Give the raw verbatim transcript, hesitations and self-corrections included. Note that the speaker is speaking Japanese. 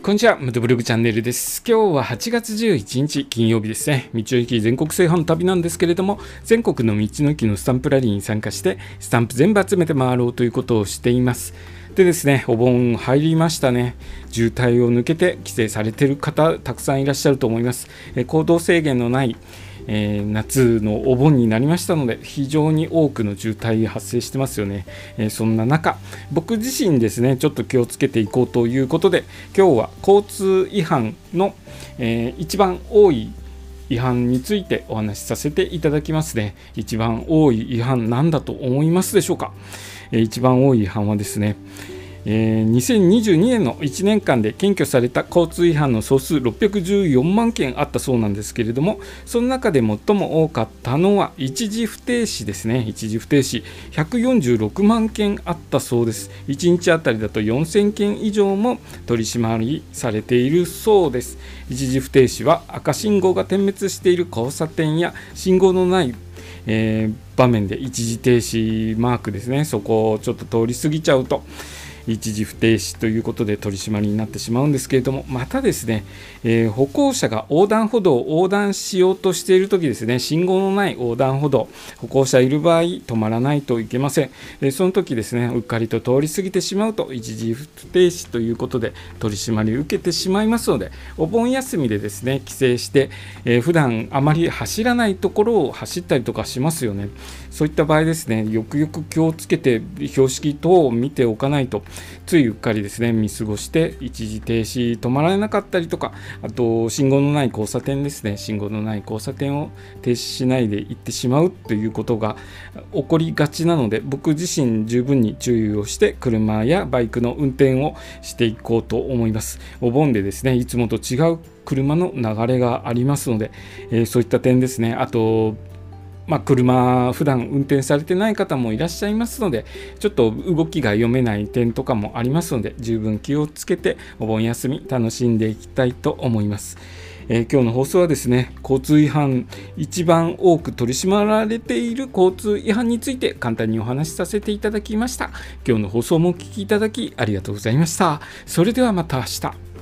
こんにちは、ムトブログチャンネルです。今日ははちがつじゅういちにち金曜日ですね。道の駅全国制覇の旅なんですけれども、全国の道の駅のスタンプラリーに参加して、スタンプ全部集めて回ろうということをしています。でですね、お盆入りましたね。渋滞を抜けて帰省されている方、たくさんいらっしゃると思います。え行動制限のないえー、夏のお盆になりましたので、非常に多くの渋滞発生してますよね。えー、そんな中、僕自身ですね、ちょっと気をつけていこうということで、今日は交通違反の、えー、一番多い違反についてお話しさせていただきますね。一番多い違反なんだと思いますでしょうか。えー、一番多い違反はですね、えー、にせんにじゅうにねんのいちねんかんで検挙された交通違反の総数ろっぴゃくじゅうよんまんけんあったそうなんですけれども、その中で最も多かったのは一時不停止ですね。一時不停止ひゃくよんじゅうろくまんけんあったそうです。いちにちあたりだとよんせんけん以上も取り締まりされているそうです。一時不停止は赤信号が点滅している交差点や信号のないえー、場面で一時停止マークですね、そこをちょっと通り過ぎちゃうと一時不停止ということで取り締まりになってしまうんですけれども、またですね、えー、歩行者が横断歩道を横断しようとしているときですね、信号のない横断歩道、歩行者いる場合止まらないといけません。えー、その時ですね、うっかりと通り過ぎてしまうと一時不停止ということで取り締まりを受けてしまいますので、お盆休みでですね帰省して、えー、普段あまり走らないところを走ったりとかしますよね。そういった場合ですね、よくよく気をつけて標識等を見ておかないと、ついうっかりですね見過ごして一時停止止まらなかったりとか、あと信号のない交差点ですね、信号のない交差点を停止しないで行ってしまうということが起こりがちなので、僕自身十分に注意をして車やバイクの運転をしていこうと思います。お盆でですね、いつもと違う車の流れがありますので、えー、そういった点ですね。あとまあ、車普段運転されてない方もいらっしゃいますので、ちょっと動きが読めない点とかもありますので、十分気をつけてお盆休み楽しんでいきたいと思います。えー、今日の放送はですね、交通違反一番多く取り締まられている交通違反について簡単にお話しさせていただきました。今日の放送もお聞きいただきありがとうございました。それではまた明日。